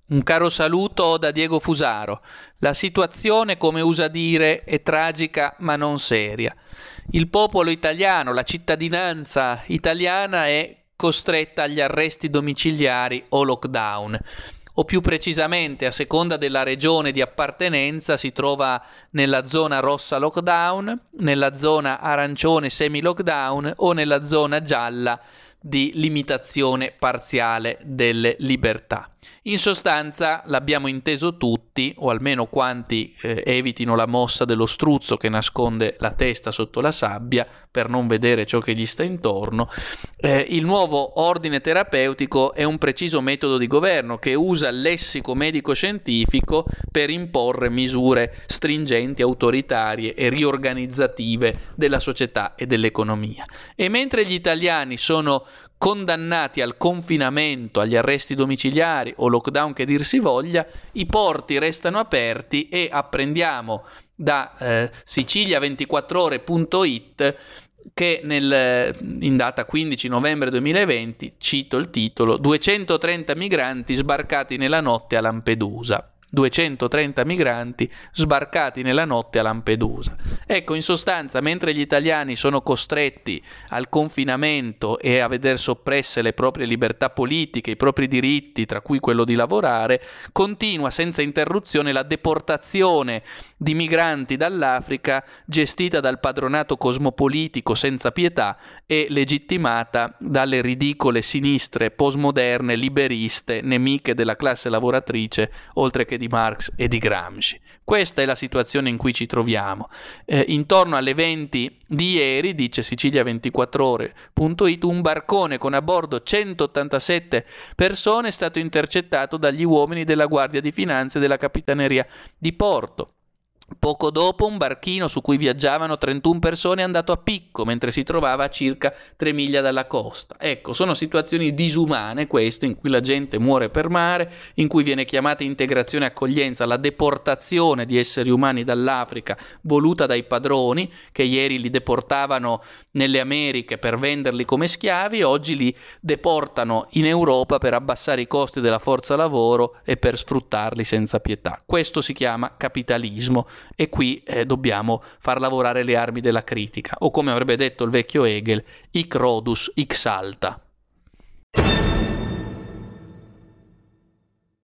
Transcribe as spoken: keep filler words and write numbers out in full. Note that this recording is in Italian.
Un caro saluto da Diego Fusaro. La situazione, come usa dire, è tragica ma non seria. Il popolo italiano, la cittadinanza italiana è costretta agli arresti domiciliari o lockdown. O più precisamente, a seconda della regione di appartenenza, si trova nella zona rossa lockdown, nella zona arancione semi-lockdown o nella zona gialla di limitazione parziale delle libertà. In sostanza, l'abbiamo inteso tutti, o almeno quanti eh, evitino la mossa dello struzzo che nasconde la testa sotto la sabbia per non vedere ciò che gli sta intorno. Eh, il nuovo ordine terapeutico è un preciso metodo di governo che usa il lessico medico-scientifico per imporre misure stringenti, autoritarie e riorganizzative della società e dell'economia. E mentre gli italiani sono condannati al confinamento, agli arresti domiciliari o lockdown che dir si voglia, i porti restano aperti e apprendiamo da eh, sicilia ventiquattro ore punto it che nel, in data quindici novembre duemilaventi, cito il titolo, duecentotrenta migranti sbarcati nella notte a Lampedusa. duecentotrenta migranti sbarcati nella notte a Lampedusa. Ecco, in sostanza, mentre gli italiani sono costretti al confinamento e a veder soppresse le proprie libertà politiche, i propri diritti, tra cui quello di lavorare, continua senza interruzione la deportazione di migranti dall'Africa gestita dal padronato cosmopolitico senza pietà e legittimata dalle ridicole sinistre postmoderne, liberiste, nemiche della classe lavoratrice, oltre che di Marx e di Gramsci. Questa è la situazione in cui ci troviamo. Eh, intorno alle venti di ieri, dice sicilia ventiquattro ore punto it, un barcone con a bordo centottantasette persone è stato intercettato dagli uomini della Guardia di Finanza e della Capitaneria di Porto. Poco dopo un barchino su cui viaggiavano trentuno persone è andato a picco mentre si trovava a circa tre miglia dalla costa. Ecco, sono situazioni disumane queste, in cui la gente muore per mare, in cui viene chiamata integrazione e accoglienza la deportazione di esseri umani dall'Africa voluta dai padroni che ieri li deportavano nelle Americhe per venderli come schiavi, oggi li deportano in Europa per abbassare i costi della forza lavoro e per sfruttarli senza pietà. Questo si chiama capitalismo. E qui eh, dobbiamo far lavorare le armi della critica, o come avrebbe detto il vecchio Hegel, hic Rhodus, hic salta.